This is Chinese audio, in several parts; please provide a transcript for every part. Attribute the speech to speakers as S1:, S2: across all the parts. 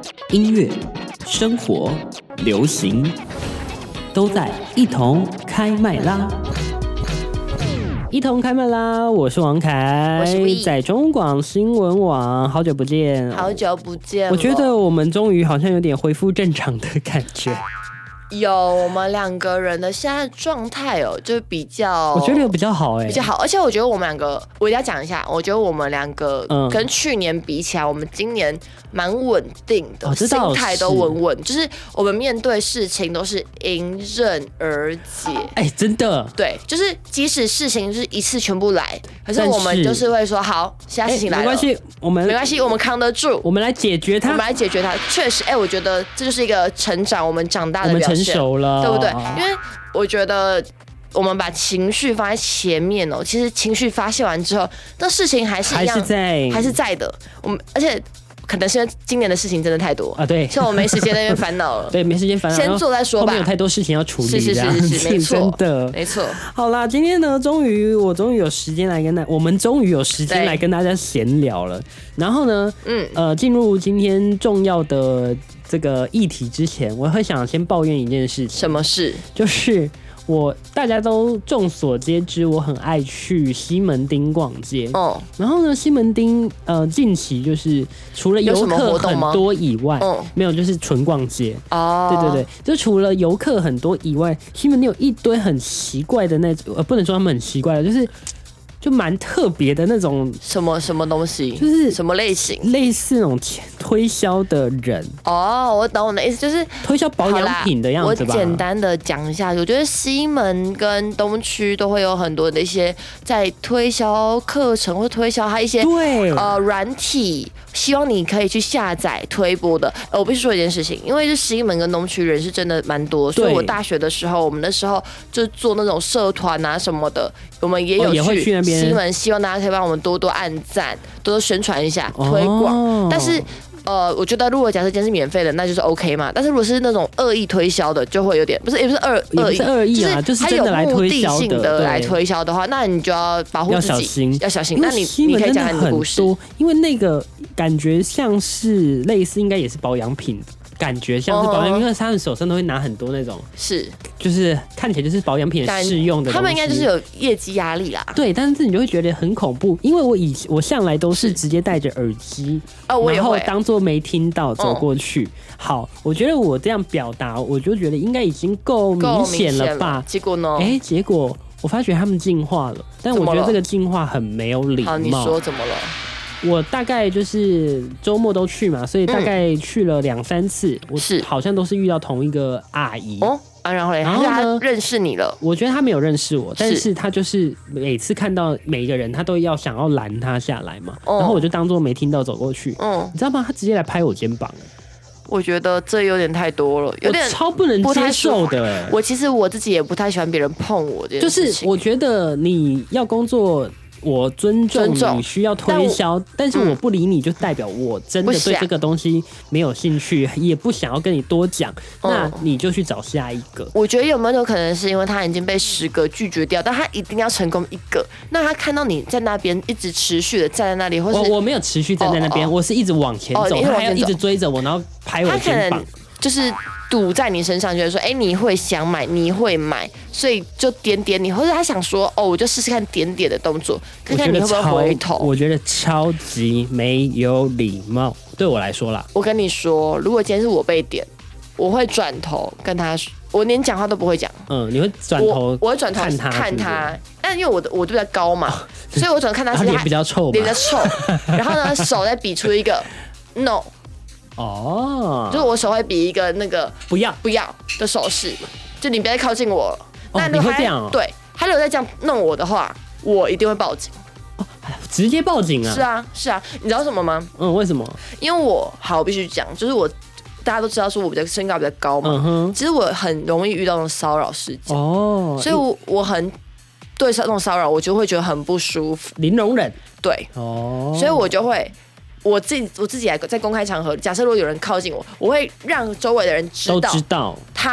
S1: 音乐、生活、流行，都在一同开麦啦！一同开麦啦！我是王凯，
S2: 我是 We，
S1: 在中广新闻网，好久不见，
S2: 好久不见。
S1: 我觉得我们终于好像有点恢复正常的感觉。
S2: 有我们两个人的现在状态就比较，
S1: 我觉得有比较好
S2: 比较好，而且我觉得我们两个，我一定要讲一下，我觉得我们两个跟去年比起来，我们今年蛮稳定的，心态都稳稳，就是我们面对事情都是迎刃而解。
S1: 真的，
S2: 对，就是即使事情就是一次全部来，可是我们就是会说好，现在事情来了，
S1: 没关系，没关系，
S2: 我们扛得住，
S1: 我们来解决它，
S2: 确实，我觉得这就是一个成长，我们长大的表现。
S1: 成熟了，
S2: 对不对？因为我觉得我们把情绪放在前面其实情绪发泄完之后，那事情还是一样，还是在的。而且可能是因为今年的事情真的太多啊，
S1: 对，
S2: 所以我没时间在那边烦恼了。
S1: 对，没时间烦恼，
S2: 先做再说吧。
S1: 后面有太多事情要处理，是，
S2: 没错，
S1: 真的，
S2: 没错。
S1: 好啦，今天呢，我终于有时间来我们终于有时间来跟大家闲聊了。然后呢，进入今天重要的这个议题之前，我会想先抱怨一件事情。
S2: 什么事？
S1: 就是大家都众所皆知，我很爱去西门町逛街。然后呢，西门町近期就是除了游客很多以外，没有，就是纯逛街。对，就除了游客很多以外，西门町有一堆很奇怪的那种，不能说他们很奇怪的，就蛮特别的那种
S2: 什么东西，
S1: 就是
S2: 什么类型，
S1: 类似那种推销的人。
S2: 我懂我的意思，就是
S1: 推销保养品的样子吧。
S2: 我简单的讲一下，我觉得西门跟东区都会有很多的一些在推销课程或推销它一些软体，希望你可以去下载推播的。我必须说一件事情，因为是西门跟东区人是真的蛮多，所以我大学的时候，我们那时候就做那种社团啊什么的，我们也有去那边。西门希望大家可以帮我们多多按赞，多多宣传一下，推广。但是我觉得如果假设今天是免费的，那就是 OK 嘛。但是如果是那种恶意推销的，就会有点也不是恶意啊，就是他有目的性的来推销的话，那你就要保护自己，要小心。那你可以讲看你的故事，
S1: 因为那个感觉像是类似，应该也是保养品。感觉像是保养品，因为他们手上都会拿很多那种，就是看起来就是保养品试用的东西。
S2: 他们应该就是有业绩压力啦。
S1: 对，但是你就会觉得很恐怖，因为我向来都是直接戴着耳机，然后当作没听到走过去。好，我觉得我这样表达，我就觉得应该已经够明显了吧？
S2: 结果呢？
S1: 结果我发觉他们进化了，但我觉得这个进化很没有礼貌。
S2: 好，你说怎么了？
S1: 我大概就是周末都去嘛，所以大概去了2-3次，我好像都是遇到同一个阿姨。
S2: 然后呢，他认识你了？
S1: 我觉得他没有认识我，但是他就是每次看到每一个人，他都要想要拦他下来嘛，然后我就当作没听到走过去。你知道吗？他直接来拍我肩膀。
S2: 我觉得这有点太多了，有点
S1: 超不能接受的。
S2: 其实我自己也不太喜欢别人碰我这件事情。
S1: 就是我觉得你要工作。我尊重你需要推销，但是我不理你就代表我真的对这个东西没有兴趣，也不想要跟你多讲，那你就去找下一个。
S2: 我觉得有没有可能是因为他已经被10个拒绝掉，但他一定要成功1个，那他看到你在那边一直持续的站在那里，或是
S1: 我没有持续站在那边，我是一直往前走，他还要一直追着我，然后拍我肩膀。
S2: 就是堵在你身上，觉得说，你会想买，你会买，所以就点你，或者他想说，我就试试看点的动作，看看你会不会回头。
S1: 我觉得超级没有礼貌，对我来说啦。
S2: 我跟你说，如果今天是我被点，我会转头跟他说，我连讲话都不会讲。
S1: 你会转头？
S2: 我会转头看他，但因为我就比较高嘛，所以我转头看他，
S1: 脸比较臭，
S2: 然后呢，手再比出一个 no。就是我手会比一个那个不要的手势，就你不要再靠近我了。那
S1: 你会这样？
S2: 对，他如果再这样弄我的话，我一定会报警。
S1: 直接报警啊？
S2: 是啊，你知道什么吗？
S1: 为什么？
S2: 因为我必须讲，就是大家都知道说我身高比较高嘛，其实我很容易遇到那种骚扰事件所以我很对这种骚扰，我就会觉得很不舒服，
S1: 零容忍。
S2: 对，所以我就会。我自己在公开场合，假设如果有人靠近我，我会让周围的人知道他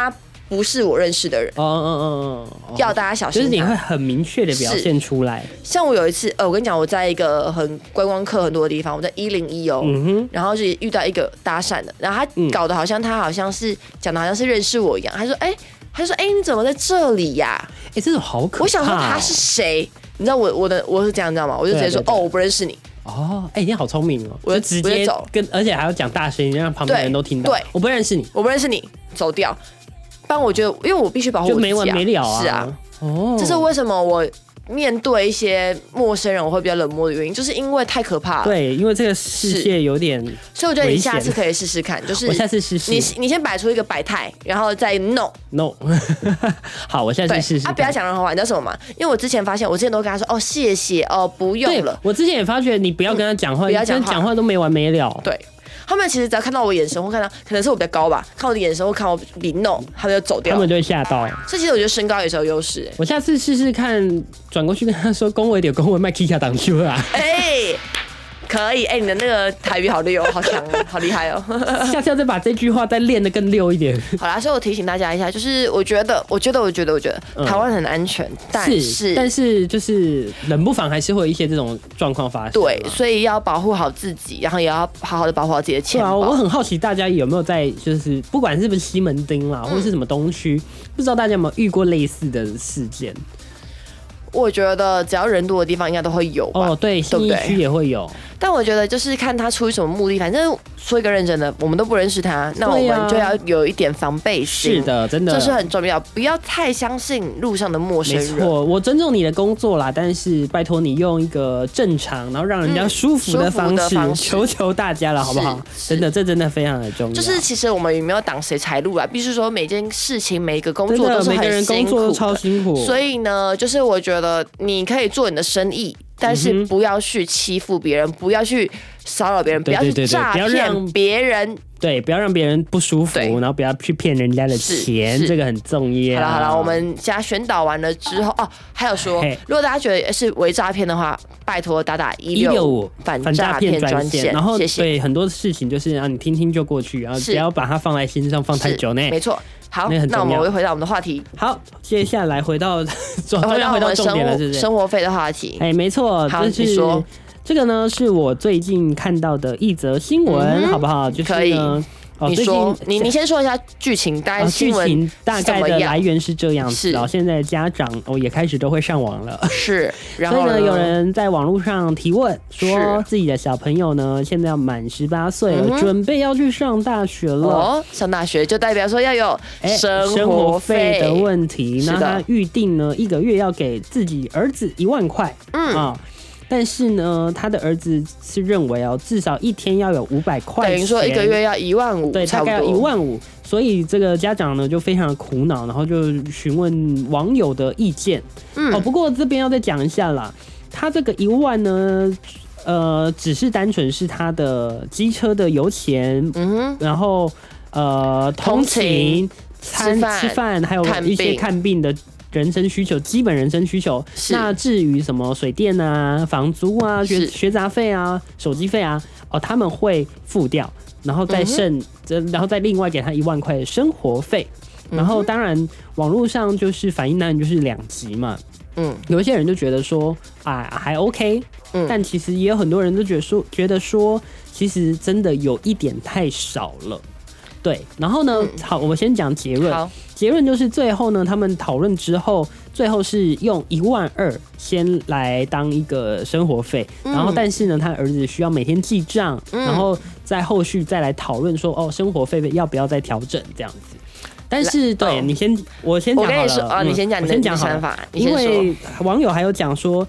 S2: 不是我认识的人。要大家小心。
S1: 就是你会很明确的表现出来。
S2: 像我有一次，我跟你讲，我在一个很观光客很多的地方，我在101哦，然后就遇到一个搭讪的，然后他搞得好像他好像是讲的好像是认识我一样，他说你怎么在这里呀？
S1: 这种好可怕。
S2: 我想说他是谁？你知道我是这样，你知道吗？我就直接说我不认识你。
S1: 你好聪明哦！我就直接走，而且还要讲大声音，让旁边人都听到。对，我不认识你，
S2: 走掉。不然我觉得，因为我必须保护我自己，就
S1: 没完没了啊。
S2: 是啊，这是为什么我面对一些陌生人我会比较冷漠的原因，就是因为太可怕了。
S1: 对，因为这个世界有点危险，
S2: 所以我觉得你下次可以试试看，就是
S1: 我下次试试。
S2: 你先摆出一个百态，然后再 no。
S1: 好，我下次试试。
S2: 不要讲任何话，你知道什么吗？因为我之前发现，我之前都跟他说谢谢不用了。
S1: 我之前也发觉你不要跟他讲话，不要讲话都没完没了。
S2: 对。他们其实只要看到我眼神，或看到可能是我比较高吧，看我的眼神或看我比 no， 他们就走掉，
S1: 他们就会吓到。
S2: 所以其实我觉得身高也是有优势。
S1: 我下次试试看，转过去跟他说：“恭维点，恭维麦 Kika 挡住啊。”
S2: 可以，你的那个台语好溜，好强哦，好厉害哦！
S1: 下次要再把这句话再练得更溜一点。
S2: 好啦，所以我提醒大家一下，就是我觉得，台湾很安全，但是
S1: 就是冷不防还是会有一些这种状况发生。
S2: 对，所以要保护好自己，然后也要好好的保护好自己的钱包。
S1: 我很好奇大家有没有在，就是不管是不是西门町啦，或者是什么东区，不知道大家有没有遇过类似的事件？
S2: 我觉得只要人多的地方应该都会有吧。
S1: 对，信义区也会有。
S2: 但我觉得就是看他出于什么目的，反正说一个认真的，我们都不认识他，那我们就要有一点防备心。
S1: 是的，真的，
S2: 这是很重要，不要太相信路上的陌生人。
S1: 没错，我尊重你的工作啦，但是拜托你用一个正常，然后让人家舒服的方式，求大家了，好不好？真的，这真的非常的重要。
S2: 就是其实我们也没有挡谁财路啊，必须说每件事情、每一个工作都是很辛苦的，
S1: 超辛苦。
S2: 所以呢，就是我觉得你可以做你的生意。但是不要去欺负别人，不要去骚扰别人，不要去诈骗别人，
S1: 对，不要让别人不舒服，然后不要去骗人家的钱，这个很重要。
S2: 好了，我们现在宣导完了之后，还有说，如果大家觉得是伪诈骗的话，拜托打165反诈骗专线。
S1: 然后对很多事情就是让你听听就过去，然后不要把它放在心上放太久呢。
S2: 没错。好，那我们又回到我们的话题。
S1: 好，接下来回到重点了，是不是？
S2: 生活费的话题。
S1: 没错，就是说这个呢，是我最近看到的一则新闻，好不好？就是呢。
S2: 你说，你先说一下剧情，大概新闻
S1: 剧情大概的来源是这样子。现在家长也开始都会上网了，
S2: 是。然
S1: 后所以呢，有人在网络上提问说，自己的小朋友呢现在要满18岁了，准备要去上大学了。
S2: 上大学就代表说要有
S1: 生活费的问题。那他预定呢1个月要给自己儿子1万块，但是呢，他的儿子是认为至少一天要有500块钱，
S2: 等于说1个月要15000，
S1: 对，大概要15000。所以这个家长呢就非常的苦恼，然后就询问网友的意见。不过这边要再讲一下啦，他这个1万呢，只是单纯是他的机车的油钱，然后通勤、吃饭，还有一些看病的。人生需求，基本人生需求。那至于什么水电啊、房租啊、学杂费啊、手机费啊，他们会付掉，然后再然后再另外给他1万块的生活费。然后当然网络上就是反应当然就是2极嘛。有一些人就觉得说还 OK，但其实也有很多人都觉得说，其实真的有一点太少了。对，然后呢，好，我们先讲结论。结论就是最后呢，他们讨论之后，最后是用12000先来当一个生活费，然后但是呢，他儿子需要每天记账，然后在后续再来讨论说，生活费要不要再调整这样子。但是对我先讲好了，
S2: 你先讲你的想法，
S1: 因为网友还有讲说，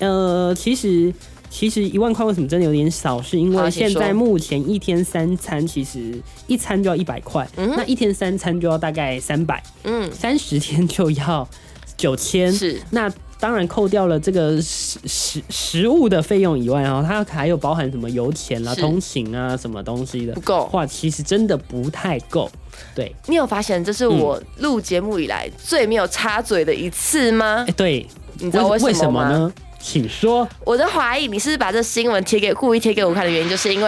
S1: 其实1万块为什么真的有点少？是因为现在目前1天3餐，其实1餐就要100块，那1天3餐就要大概300，30天就要9000。是，那当然扣掉了这个食物的费用以外，它还有包含什么油钱啦、通勤啊什么东西的，
S2: 不够
S1: 话，其实真的不太够。对，
S2: 你有发现这是我录节目以来最没有插嘴的一次吗？
S1: 对，
S2: 你知道为什么吗？
S1: 请说。
S2: 我在怀疑你是不是把这新闻故意贴给我看的原因，就是因为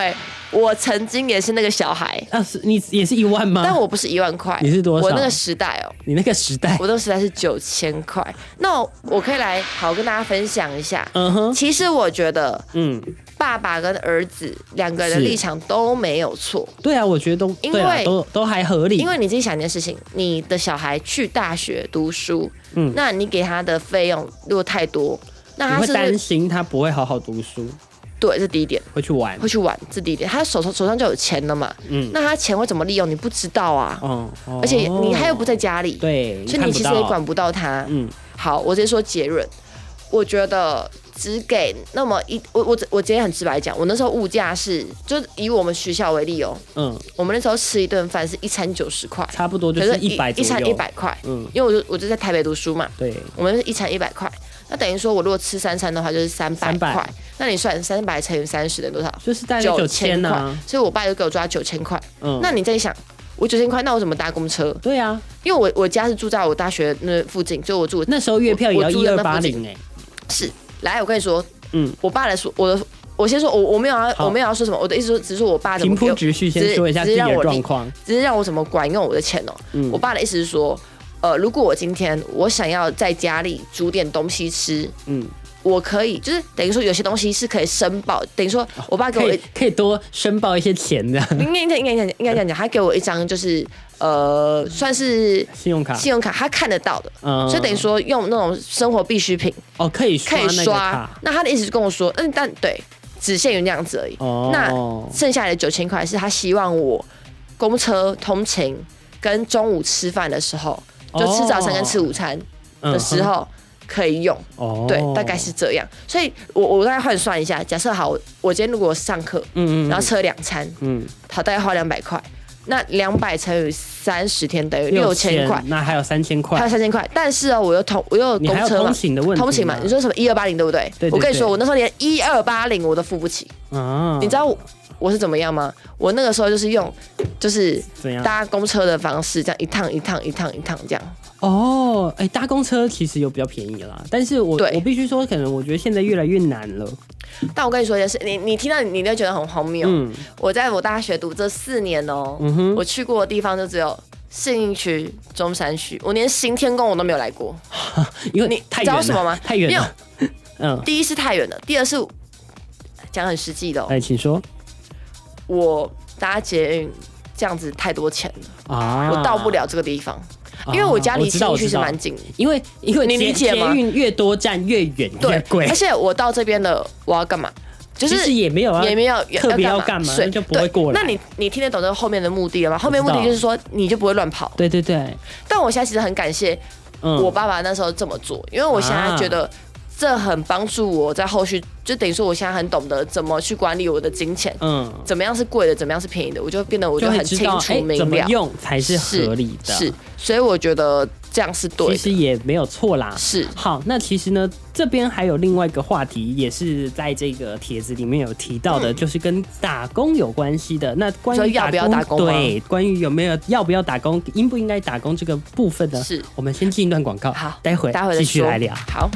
S2: 我曾经也是那个小孩
S1: 啊，你也是1万吗？
S2: 但我不是1万块，
S1: 你是多少？
S2: 我那个时代
S1: 你那个时代，
S2: 我那个时代是9000块。那我可以来好跟大家分享一下。其实我觉得，爸爸跟儿子2个人的立场都没有错。
S1: 对啊，我觉得因为都还合理。
S2: 因为你自己想一件事情，你的小孩去大学读书，那你给他的费用如果太多，那他
S1: 你会担心他不会好好读书。
S2: 对，这是第一点。
S1: 会去玩，
S2: 这第一点。他手上就有钱了嘛，那他钱会怎么利用，你不知道啊。而且你他又不在家里，
S1: 对，
S2: 所以你其实也管不到他。好，我直接说结论，我觉得只给那么我直接很直白讲，我那时候物价是，就以我们学校为例哦，我们那时候吃一顿饭是1餐90块，
S1: 差不多就是100左右，
S2: 一餐100块。因为我就在台北读书嘛，
S1: 对，
S2: 我们是1餐100块。那等于说，我如果吃3餐的话，就是300块。那你算300乘以30等于多少？
S1: 就是大概9000块。
S2: 所以我爸就给我抓9000块。那你在想，我9000块，那我怎么搭公车？
S1: 对啊，
S2: 因为我家是住在我大学那附近，所以我住
S1: 那时候月票也要1280哎。
S2: 是，来，我跟你说，我爸来说，我先说，我没有要说什么，我的意思说，只是说我爸怎么
S1: 平铺直叙，先说一下自己的状况，
S2: 只是让我怎么管用我的钱哦。我爸的意思是说。如果我今天我想要在家里煮点东西吃，我可以，就是等于说有些东西是可以申报，等于说我爸给我
S1: 可以多申报一些钱的。
S2: 应该这样讲，他给我一张就是算是信用卡，他看得到的，所以等于说用那种生活必需品
S1: 可以刷。
S2: 那他的意思是跟我说，但对，只限于那样子而已。那剩下的9000块是他希望我公车通勤跟中午吃饭的时候。就吃早餐跟吃午餐的时候可以用，对，大概是这样。所以我大概换算一下，假设好，我今天如果上课，然后吃了2餐，好，大概花200块，那200乘以30天等于6000块，
S1: 那还有3000块，
S2: 但是我又公车嘛，通勤嘛，你说什么1280对不对？我跟你说，我那时候连1280我都付不起，你知道我是怎么样吗？我那个时候就是用，就是搭公车的方式，这样一趟这样。
S1: 搭公车其实有比较便宜啦，但是我必须说，可能我觉得现在越来越难了。
S2: 但我跟你说一件事，你听到你就觉得很荒谬。我在我大学读这4年哦，我去过的地方就只有信义区、中山区，我连行天宫我都没有来过，
S1: 因为你知
S2: 道什么吗？
S1: 太远了。
S2: 第一是太远了，第二是讲很实际的。
S1: 请说。
S2: 我搭捷运这样子太多钱了我到不了这个地方，因为我家离信义区是蛮近的。
S1: 因为你理解吗？捷运越多站越远越贵，
S2: 而且我到这边了，我要干嘛？就是
S1: 其实也没有特别要干嘛，就不会过来。
S2: 那你听得懂这个后面的目的了吗？后面目的就是说你就不会乱跑。
S1: 对。
S2: 但我现在其实很感谢我爸爸那时候这么做，因为我现在觉得。这很帮助我在后续，就等于说我现在很懂得怎么去管理我的金钱，怎么样是贵的，怎么样是便宜的，我就很清楚明了，
S1: 怎么用才是合理的。
S2: 是，所以我觉得这样是对的，
S1: 其实也没有错啦。
S2: 是，
S1: 好，那其实呢，这边还有另外一个话题，也是在这个帖子里面有提到的，就是跟打工有关系的。那关于
S2: 要不要打工，
S1: 对，关于要不要打工，应不应该打工这个部分呢？
S2: 是，
S1: 我们先进一段广告，
S2: 好，
S1: 待会继续来聊。
S2: 好。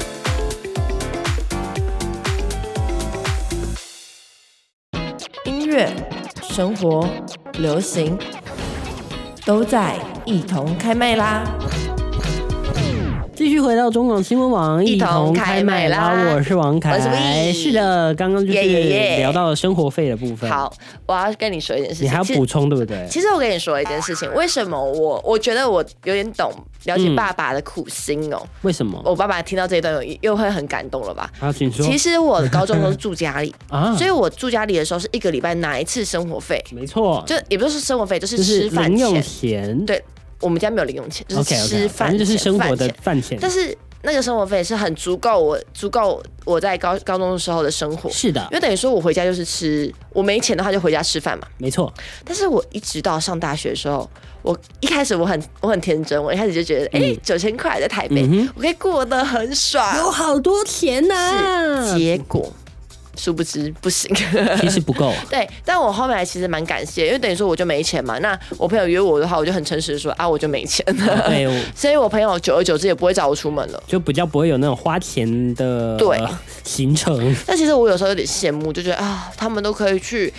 S2: 音乐、生活、流行，都在一同开麦啦！
S1: 继续回到中广新闻网，一同开麦啦！我是王凯，是的，刚刚就是聊到了生活费的部分。
S2: 好，我要跟你说一件事情，
S1: 你还要补充对不对？
S2: 其实我跟你说一件事情，为什么我觉得我有点了解爸爸的苦心哦？
S1: 为什么？
S2: 我爸爸听到这一段又会很感动了吧？
S1: 好，请说。
S2: 其实我高中都是住家里所以我住家里的时候是1个礼拜拿1次生活费，
S1: 没错，
S2: 就也不是生活费，就是吃饭
S1: 零用钱。
S2: 对。我们家没有零用钱，就是吃饭钱，
S1: 就是生活的饭钱。
S2: 但是那个生活费是很足够我在高中的时候的生活。
S1: 是的，
S2: 因为等于说我回家就是吃，我没钱的话就回家吃饭嘛。
S1: 没错。
S2: 但是我一直到上大学的时候，我一开始我很天真，我一开始就觉得，9000块在台北，我可以过得很爽，
S1: 有好多钱呐。
S2: 结果。殊不知不行，
S1: 其实不够。
S2: 对，但我后面其实蛮感谢，因为等于说我就没钱嘛。那我朋友约我的话，我就很诚实的说我就没钱了。对，所以我朋友久而久之也不会找我出门了，
S1: 就比较不会有那种花钱的行程。
S2: 但其实我有时候有点羡慕，就觉得他们都可以去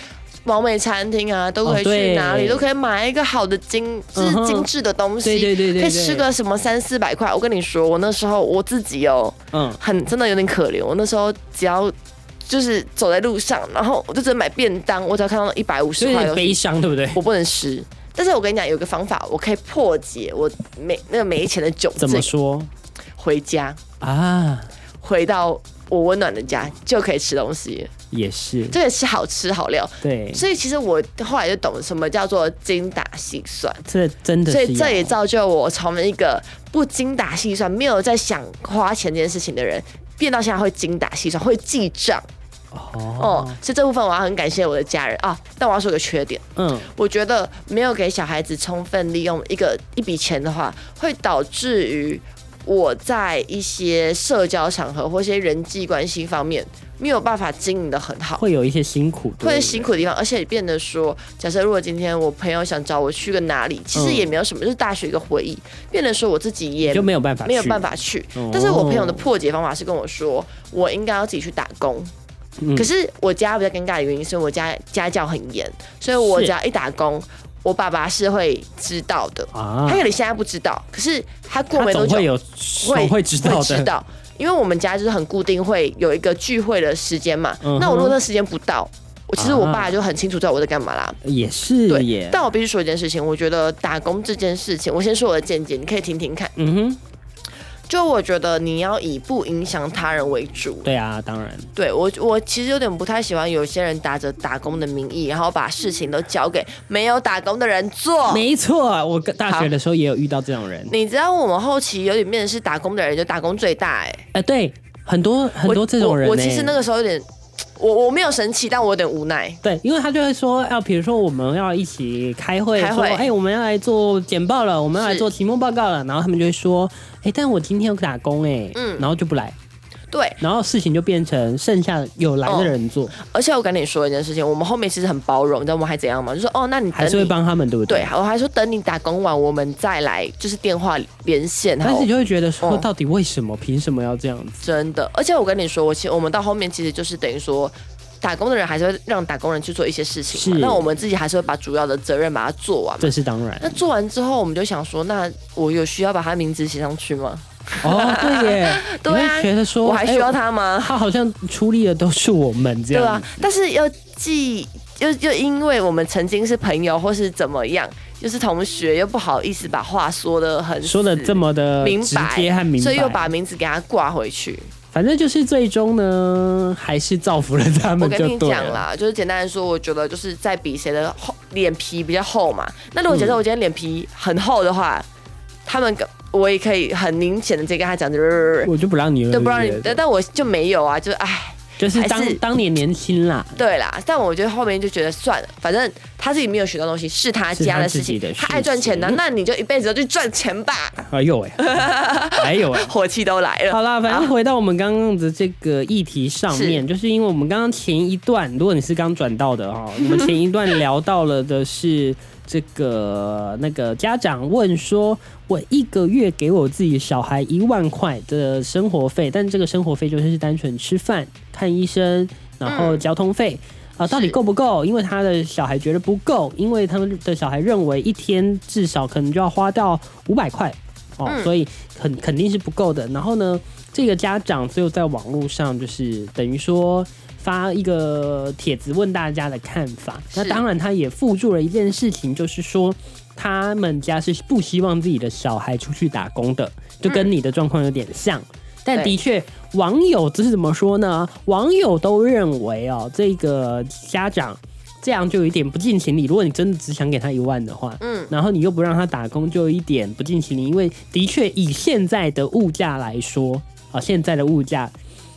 S2: 完美餐厅啊，都可以去哪里，都可以买一个好的精致的东西，
S1: 对，
S2: 可以吃个什么300-400块。我跟你说，我那时候我自己真的有点可怜。我那时候只要就是走在路上，然后我就只能买便当，我只要看到150块，
S1: 有点悲伤，对不对？
S2: 我不能吃。但是我跟你讲，有一个方法，我可以破解我没钱的窘境。
S1: 怎么说？
S2: 回家
S1: 啊，
S2: 回到我温暖的家就可以吃东西。
S1: 也是，
S2: 这也是好吃好料。
S1: 对，
S2: 所以其实我后来就懂什么叫做精打细算。
S1: 这真的是，
S2: 所以这也造就我从一个不精打细算、没有在想花钱这件事情的人，变到现在会精打细算，会记账。所以这部分我要很感谢我的家人啊。但我要说个缺点，我觉得没有给小孩子充分利用一笔钱的话，会导致于我在一些社交场合或一些人际关系方面没有办法经营得很好，
S1: 会有一些辛苦，
S2: 会有辛苦的地方，而且变得说，假设如果今天我朋友想找我去个哪里，其实也没有什么，就是大学一个回忆，变得说我自己也
S1: 就没有办法
S2: 去。但是我朋友的破解方法是跟我说，我应该要自己去打工。可是我家比较尴尬的原因是我家家教很严，所以我只要一打工，我爸爸是会知道的。他可能现在不知道，可是他过没多久
S1: 会知道。
S2: 因为我们家就是很固定会有一个聚会的时间嘛。那我如果那时间不到，其实我爸就很清楚知道我在干嘛啦。
S1: 也是耶。
S2: 但我必须说一件事情，我觉得打工这件事情，我先说我的见解，你可以听听看。就我觉得你要以不影响他人为主。
S1: 对啊，当然。
S2: 对，我其实有点不太喜欢有些人打着打工的名义，然后把事情都交给没有打工的人做。
S1: 没错，我大学的时候也有遇到这种人。
S2: 你知道我们后期有点变成是打工的人就打工最大
S1: 对，很多这种人。
S2: 我其实那个时候有点。我没有生气，但我有点无奈。
S1: 对，因为他就会说，比如说我们要一起开会，说，我们要来做简报了，我们要来做期末报告了，然后他们就会说，但我今天有打工然后就不来。对，然后事情就变成剩下有来的人做。
S2: 而且我跟你说一件事情，我们后面其实很包容，你知道我们还怎样吗？就说那你
S1: 还是会帮他们，对不对？
S2: 对，我还说等你打工完，我们再来，就是电话连线。
S1: 但是你就会觉得说，到底为什么？凭什么要这样子？
S2: 真的，而且我跟你说，我们到后面其实就是等于说。打工的人还是会让打工人去做一些事情嘛，那我们自己还是会把主要的责任把它做完嘛。
S1: 这是当然。
S2: 那做完之后，我们就想说，那我有需要把他名字写上去吗？
S1: 对耶，
S2: 对啊，
S1: 觉得说
S2: 我还需要他吗？
S1: 他好像出力的都是我们这样。
S2: 对啊，但是又因为我们曾经是朋友或是怎么样，又是同学，又不好意思把话说的
S1: 这么的直接和明白，
S2: 所以又把名字给他挂回去。
S1: 反正就是最终呢，还是造福了他们就对了。
S2: 我跟你讲啦，就是简单的说，我觉得就是在比谁的脸皮比较厚嘛。那如果假设我今天脸皮很厚的话，我也可以很明显的直接跟他讲，
S1: 我就不让你了，
S2: 对，不让你，但我就没有啊，
S1: 就是当年年轻啦，
S2: 对啦，但我觉得后面就觉得算了，反正他自己没有学到东西，是他家的事情，他爱赚钱的，那你就一辈子都去赚钱吧。
S1: 哎呦
S2: 火气都来了。
S1: 好啦，反正回到我们刚刚的这个议题上面，就是因为我们刚刚前一段，如果你是刚转到的我们前一段聊到了的是这个那个家长问说，我1个月给我自己的小孩1万块的生活费，但这个生活费就是单纯吃饭、看医生，然后交通费到底够不够？因为他的小孩觉得不够，因为他们的小孩认为一天至少可能就要花到500块所以肯定是不够的。然后呢，这个家长就在网络上就是等于说发一个帖子问大家的看法。那当然他也附注了一件事情，就是说他们家是不希望自己的小孩出去打工的，就跟你的状况有点像。但的确，网友这是怎么说呢？网友都认为这个家长这样就有一点不近情理。如果你真的只想给他1万的话，然后你又不让他打工，就有一点不近情理。因为的确以现在的物价来说现在的物价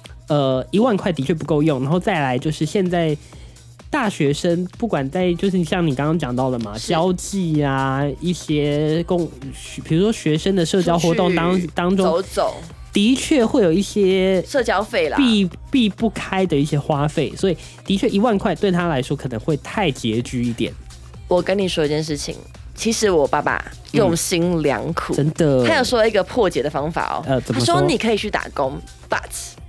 S1: 1万块的确不够用。然后再来就是现在大学生不管在就是像你刚刚讲到的嘛，交际啊，一些比如说学生的社交活动当中
S2: 走。
S1: 的确会有一些
S2: 社交费啦，
S1: 避不开的一些花费，所以的确1万块对他来说可能会太拮据一点。
S2: 我跟你说一件事情，其实我爸爸用心良苦，
S1: 真的。
S2: 他有说一个破解的方法
S1: 怎么说？
S2: 他说你可以去打工 ，but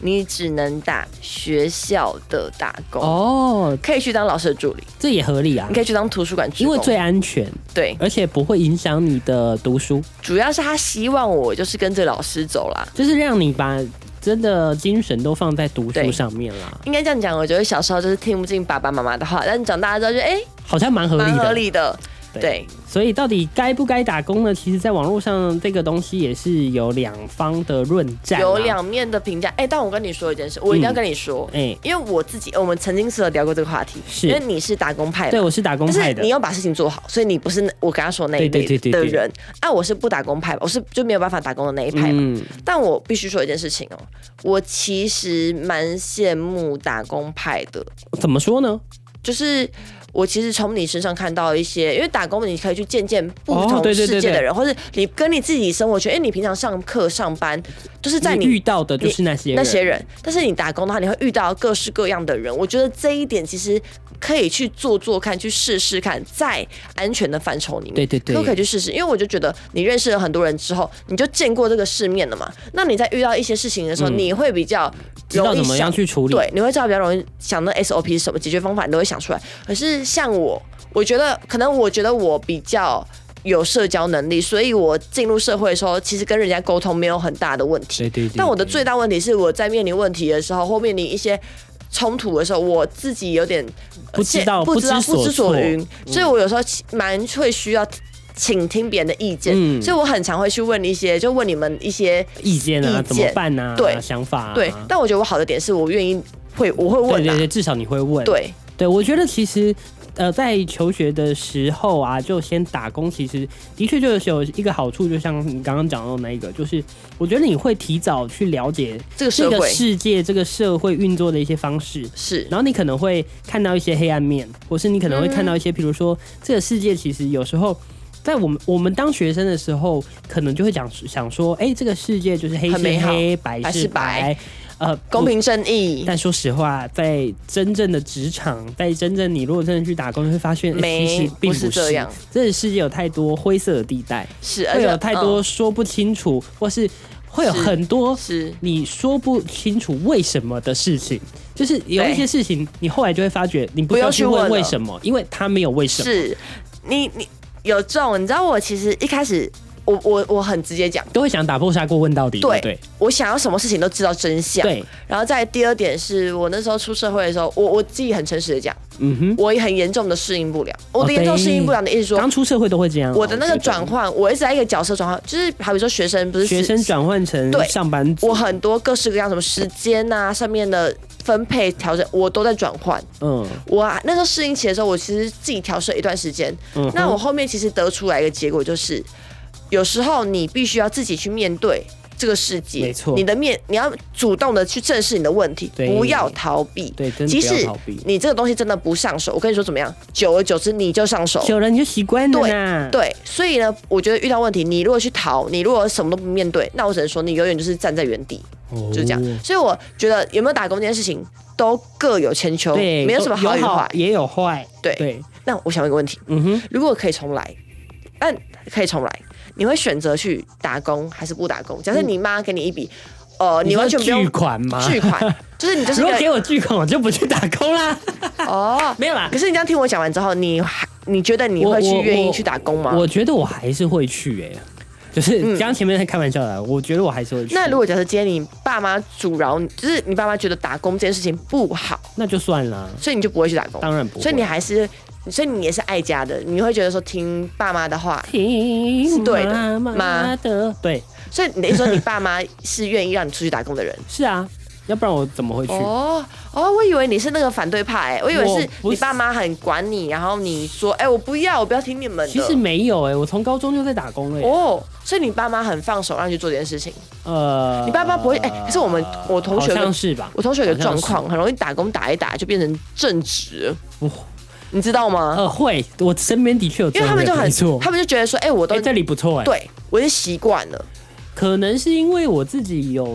S2: 你只能打学校的打工可以去当老师的助理，
S1: 这也合理啊。
S2: 你可以去当图书馆职工，
S1: 因为最安全，
S2: 对，
S1: 而且不会影响你的读书。
S2: 主要是他希望我就是跟着老师走啦，
S1: 就是让你把真的精神都放在读书上面啦。
S2: 应该这样讲，我觉得小时候就是听不进爸爸妈妈的话，但你长大之后就
S1: 好像蛮合理的。
S2: 对，
S1: 所以到底该不该打工呢？其实，在网络上这个东西也是有两方的论战，
S2: 有两面的评价。但我跟你说一件事，我一定要跟你说，因为我自己，我们曾经是有聊过这个话题，因为你是打工派的，
S1: 对，我是打工派的，
S2: 但是你要把事情做好，所以你不是我刚刚说那一类的人我是不打工派，我是就没有办法打工的那一派嘛。但我必须说一件事情我其实蛮羡慕打工派的。
S1: 怎么说呢？
S2: 就是我其实从你身上看到一些，因为打工你可以去见见不同世界的人，或者你跟你自己生活圈，你平常上课上班就是在你
S1: 遇到的就是那些人，
S2: 但是你打工的话，你会遇到各式各样的人。我觉得这一点其实可以去做做看，去试试看，在安全的范畴里面，都可以去试试。因为我就觉得你认识了很多人之后，你就见过这个世面了嘛。那你在遇到一些事情的时候，你会比较
S1: 知道怎么样去处理，
S2: 对，你会知道比较容易想那 SOP 是什么，解决方法你都会想出来。可是像我觉得可能我觉得我比较有社交能力，所以我进入社会的时候，其实跟人家沟通没有很大的问题。
S1: 对。
S2: 但我的最大问题是我在面临问题的时候，或面临一些冲突的时候，我自己有点
S1: 不知
S2: 所云，所以我有时候蛮会需要倾听别人的意见，所以我很常会去问一些，就问你们一些
S1: 意见啊，怎么办啊，对，想法啊，
S2: 对。但我觉得我好的点是我愿意我会问，
S1: 对，至少你会问，对，我觉得其实。在求学的时候啊，就先打工，其实的确就是有一个好处，就像你刚刚讲到的那一个，就是我觉得你会提早去了解这个世界、这个社会运作的一些方式，
S2: 是，
S1: 然后你可能会看到一些黑暗面，或是你可能会看到一些，比如说这个世界其实有时候。在我们当学生的时候，可能就会想说，这个世界就是黑是黑，白是白，
S2: 公平正义。
S1: 但说实话，在真正的职场，在真正你如果真的去打工，你会发现，其实并不是
S2: 这样。
S1: 这个世界有太多灰色的地带，会有太多说不清楚，或是会有很多你说不清楚为什么的事情。就是有一些事情，你后来就会发觉，你不要去问为什么，因为他没有为什么。
S2: 是你。有这种，你知道我其实一开始我很直接讲，
S1: 都会想打破砂锅问到底。对，
S2: 我想要什么事情都知道真相。对，然后再第二点是我那时候出社会的时候，我自己很诚实的讲，我也很严重的适应不了。我的严重适应不了的意思说，
S1: 刚出社会都会这样。
S2: 我的那个转换，我一直在一个角色转换，就是好比说学生不是
S1: 学生转换成上班族，
S2: 我很多各式各样什么时间啊上面的分配调整，我都在转换。我那时候适应期的时候，我其实自己调试了一段时间。那我后面其实得出来一个结果就是。有时候你必须要自己去面对这个世界，
S1: 没错，
S2: 你要主动的去正视你的问题，不要逃避。
S1: 对，
S2: 即使你这个东西真的不上手，我跟你说怎么样，久而久之你就上手，
S1: 久了你就习惯了。
S2: 对，所以呢，我觉得遇到问题，你如果去逃，你如果什么都不面对，那我只能说你永远就是站在原地，就这样。所以我觉得有没有打工这件事情都各有千秋，没有什么好与坏，
S1: 也有坏。对。
S2: 那我想问一个问题，如果可以重来，但可以重来。你会选择去打工还是不打工？假设你妈给你一笔，你完全不用
S1: 巨款吗？
S2: 巨款就是你就是
S1: 如果给我巨款，我就不去打工啦。没有啦。
S2: 可是你这样听我讲完之后，你觉得你会去愿意去打工吗？
S1: 我觉得我还是会去就是刚刚前面在开玩笑的，我觉得我还是会去。
S2: 那如果假设今天你爸妈阻挠你，就是你爸妈觉得打工这件事情不好，
S1: 那就算了，
S2: 所以你就不会去打工。
S1: 当然不会。
S2: 所以你还是。所以你也是爱家的，你会觉得说听爸妈的话
S1: 是
S2: 对的
S1: 吗？对，
S2: 所以你说你爸妈是愿意让你出去打工的人？
S1: 是啊，要不然我怎么会去？
S2: 我以为你是那个反对派，我以为是你爸妈很管你，然后你说我不要听你们的。
S1: 其实没有我从高中就在打工了
S2: 所以你爸妈很放手让你去做这件事情。你爸妈不会可是我同学
S1: 好像是吧？
S2: 我同学有个状况，很容易打工打一打就变成正职了。你知道吗？
S1: 会，我身边的确有这种人，
S2: 因为他们就觉得说，我都
S1: 这里不错
S2: 对我已经习惯了。
S1: 可能是因为我自己有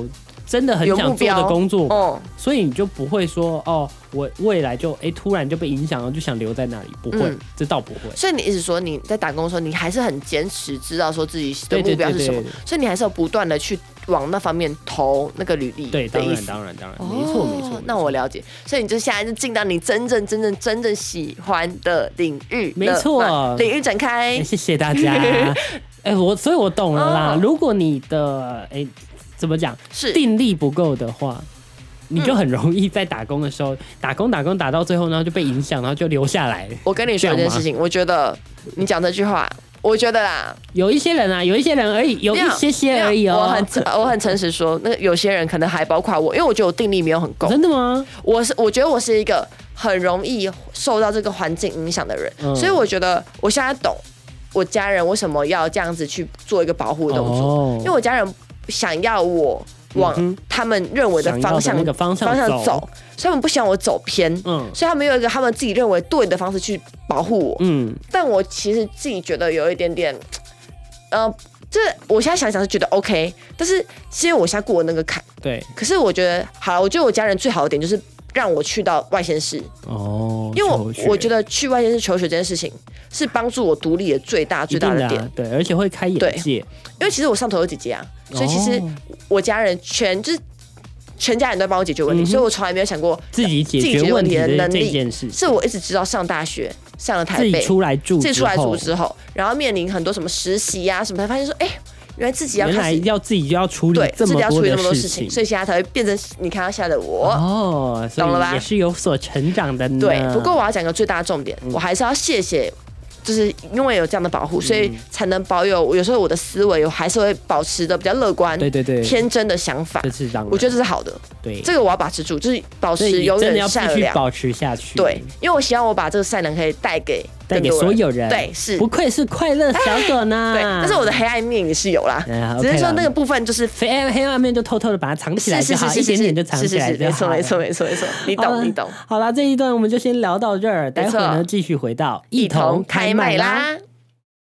S1: 真的很想做的工作，所以你就不会说我未来就突然就被影响了，就想留在那里，不会，这倒不会。
S2: 所以你一直说你在打工的时候，你还是很坚持，知道说自己的目标是什么，所以你还是要不断的去往那方面投那个履历。
S1: 对，当然，没错。
S2: 那我了解，所以你就现在就进到你真正喜欢的领域，
S1: 没错，
S2: 领域展开。
S1: 谢谢大家。所以我懂了啦。如果你的怎么讲是定力不够的话，你就很容易在打工的时候打工打到最后，然后就被影响，然后就留下来。
S2: 我跟你说一件事情，我觉得你讲这句话，我觉得啦，
S1: 有一些人而已，有一些而已哦。
S2: 我很诚实说，那有些人可能还包括我，因为我觉得我定力没有很够。
S1: 真的吗？
S2: 我觉得我是一个很容易受到这个环境影响的人，所以我觉得我现在懂我家人为什么要这样子去做一个保护动作，因为我家人想要我往他们认为的方向走，所以他们不希望我走偏，所以他们有一个他们自己认为对的方式去保护我，但我其实自己觉得有一点点，这我现在想想是觉得 OK， 但是因为我现在过了那个坎，
S1: 对，
S2: 可是我觉得好了，我觉得我家人最好的点就是让我去到外县市因为我觉得去外县市求学这件事情是帮助我独立的最大的点，
S1: 对，而且会开眼界。
S2: 因为其实我上头有姐姐啊，所以其实我家人全家人都帮我解决问题，所以我从来没有想过
S1: 自己解决问题的能力。
S2: 是我一直直到上大学，上了台北，
S1: 自己出来住
S2: 之后，然后面临很多什么实习啊什么，才发现说，原来自己要
S1: 自己就要处理这么多事情，
S2: 所以现在才会变成你看到现在的我
S1: 懂了吧？也是有所成长的呢。
S2: 对，不过我要讲个最大的重点，我还是要谢谢。就是因为有这样的保护，所以才能保有有时候我的思维，我还是会保持的比较乐观、对天真的想法。我觉得这是好的。对，这个我要把持住，就是保持永远善良，
S1: 保持下去。
S2: 对，因为我希望我把这个善良可以带给
S1: 所有人。
S2: 对，是
S1: 不愧是快乐小朵呢。
S2: 对，但是我的黑暗面也是有啦，只是说那个部分就是
S1: 黑暗面就偷偷的把它藏起来就好，一点点就藏起来就好。
S2: 没错，你懂。
S1: 好啦，这一段我们就先聊到这儿，待会儿呢继续回到一同开麦啦。